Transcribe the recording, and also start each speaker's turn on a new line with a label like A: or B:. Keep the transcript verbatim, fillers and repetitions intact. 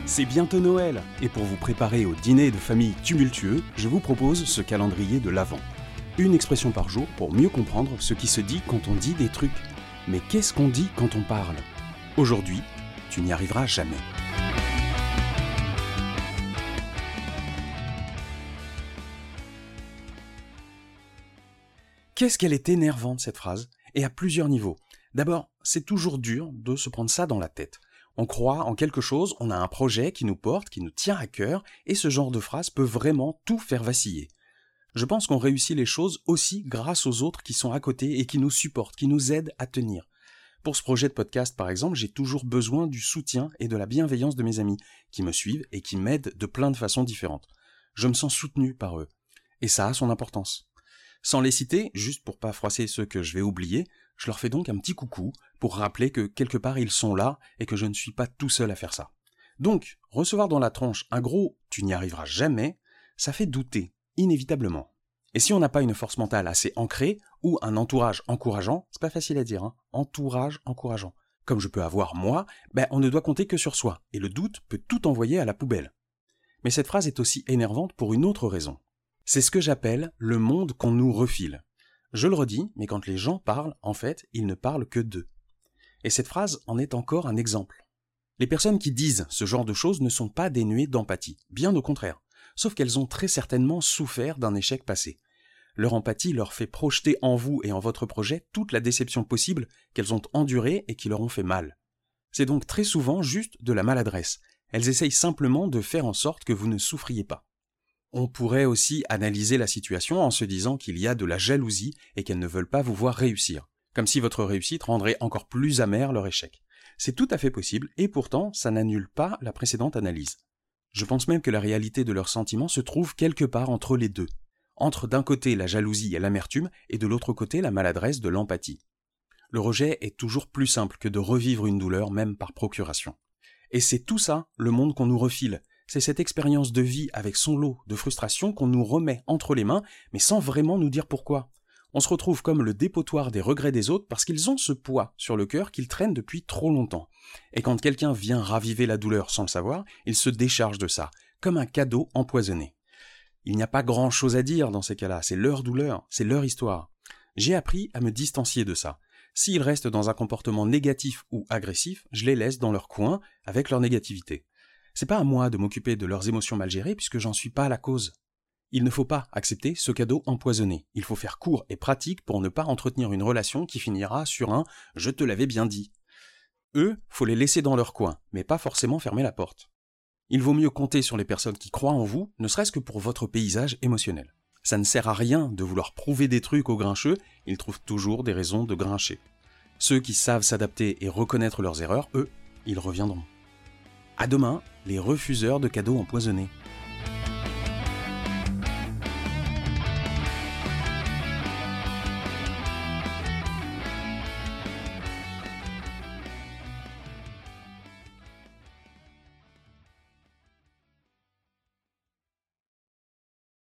A: C'est bientôt Noël, et pour vous préparer au dîner de famille tumultueux, je vous propose ce calendrier de l'Avent. Une expression par jour pour mieux comprendre ce qui se dit quand on dit des trucs. Mais qu'est-ce qu'on dit quand on parle ? Aujourd'hui, tu n'y arriveras jamais. Qu'est-ce qu'elle est énervante cette phrase, et à plusieurs niveaux. D'abord, c'est toujours dur de se prendre ça dans la tête. On croit en quelque chose, on a un projet qui nous porte, qui nous tient à cœur, et ce genre de phrase peut vraiment tout faire vaciller. Je pense qu'on réussit les choses aussi grâce aux autres qui sont à côté et qui nous supportent, qui nous aident à tenir. Pour ce projet de podcast, par exemple, j'ai toujours besoin du soutien et de la bienveillance de mes amis, qui me suivent et qui m'aident de plein de façons différentes. Je me sens soutenu par eux. Et ça a son importance. Sans les citer, juste pour pas froisser ceux que je vais oublier, je leur fais donc un petit coucou pour rappeler que quelque part ils sont là et que je ne suis pas tout seul à faire ça. Donc, recevoir dans la tronche un gros « tu n'y arriveras jamais », ça fait douter, inévitablement. Et si on n'a pas une force mentale assez ancrée ou un entourage encourageant, c'est pas facile à dire, hein, entourage encourageant, comme je peux avoir moi, ben on ne doit compter que sur soi, et le doute peut tout envoyer à la poubelle. Mais cette phrase est aussi énervante pour une autre raison. C'est ce que j'appelle le monde qu'on nous refile. Je le redis, mais quand les gens parlent, en fait, ils ne parlent que d'eux. Et cette phrase en est encore un exemple. Les personnes qui disent ce genre de choses ne sont pas dénuées d'empathie, bien au contraire, sauf qu'elles ont très certainement souffert d'un échec passé. Leur empathie leur fait projeter en vous et en votre projet toute la déception possible qu'elles ont endurée et qui leur ont fait mal. C'est donc très souvent juste de la maladresse. Elles essayent simplement de faire en sorte que vous ne souffriez pas. On pourrait aussi analyser la situation en se disant qu'il y a de la jalousie et qu'elles ne veulent pas vous voir réussir, comme si votre réussite rendrait encore plus amer leur échec. C'est tout à fait possible et pourtant ça n'annule pas la précédente analyse. Je pense même que la réalité de leurs sentiments se trouve quelque part entre les deux, entre d'un côté la jalousie et l'amertume et de l'autre côté la maladresse de l'empathie. Le rejet est toujours plus simple que de revivre une douleur même par procuration. Et c'est tout ça le monde qu'on nous refile. C'est cette expérience de vie avec son lot de frustration qu'on nous remet entre les mains, mais sans vraiment nous dire pourquoi. On se retrouve comme le dépotoir des regrets des autres parce qu'ils ont ce poids sur le cœur qu'ils traînent depuis trop longtemps. Et quand quelqu'un vient raviver la douleur sans le savoir, il se décharge de ça, comme un cadeau empoisonné. Il n'y a pas grand-chose à dire dans ces cas-là, c'est leur douleur, c'est leur histoire. J'ai appris à me distancier de ça. S'ils restent dans un comportement négatif ou agressif, je les laisse dans leur coin avec leur négativité. C'est pas à moi de m'occuper de leurs émotions mal gérées puisque j'en suis pas la cause. Il ne faut pas accepter ce cadeau empoisonné. Il faut faire court et pratique pour ne pas entretenir une relation qui finira sur un « je te l'avais bien dit ». Eux, faut les laisser dans leur coin, mais pas forcément fermer la porte. Il vaut mieux compter sur les personnes qui croient en vous, ne serait-ce que pour votre paysage émotionnel. Ça ne sert à rien de vouloir prouver des trucs aux grincheux, ils trouvent toujours des raisons de grincher. Ceux qui savent s'adapter et reconnaître leurs erreurs, eux, ils reviendront. À demain, les refuseurs de cadeaux empoisonnés.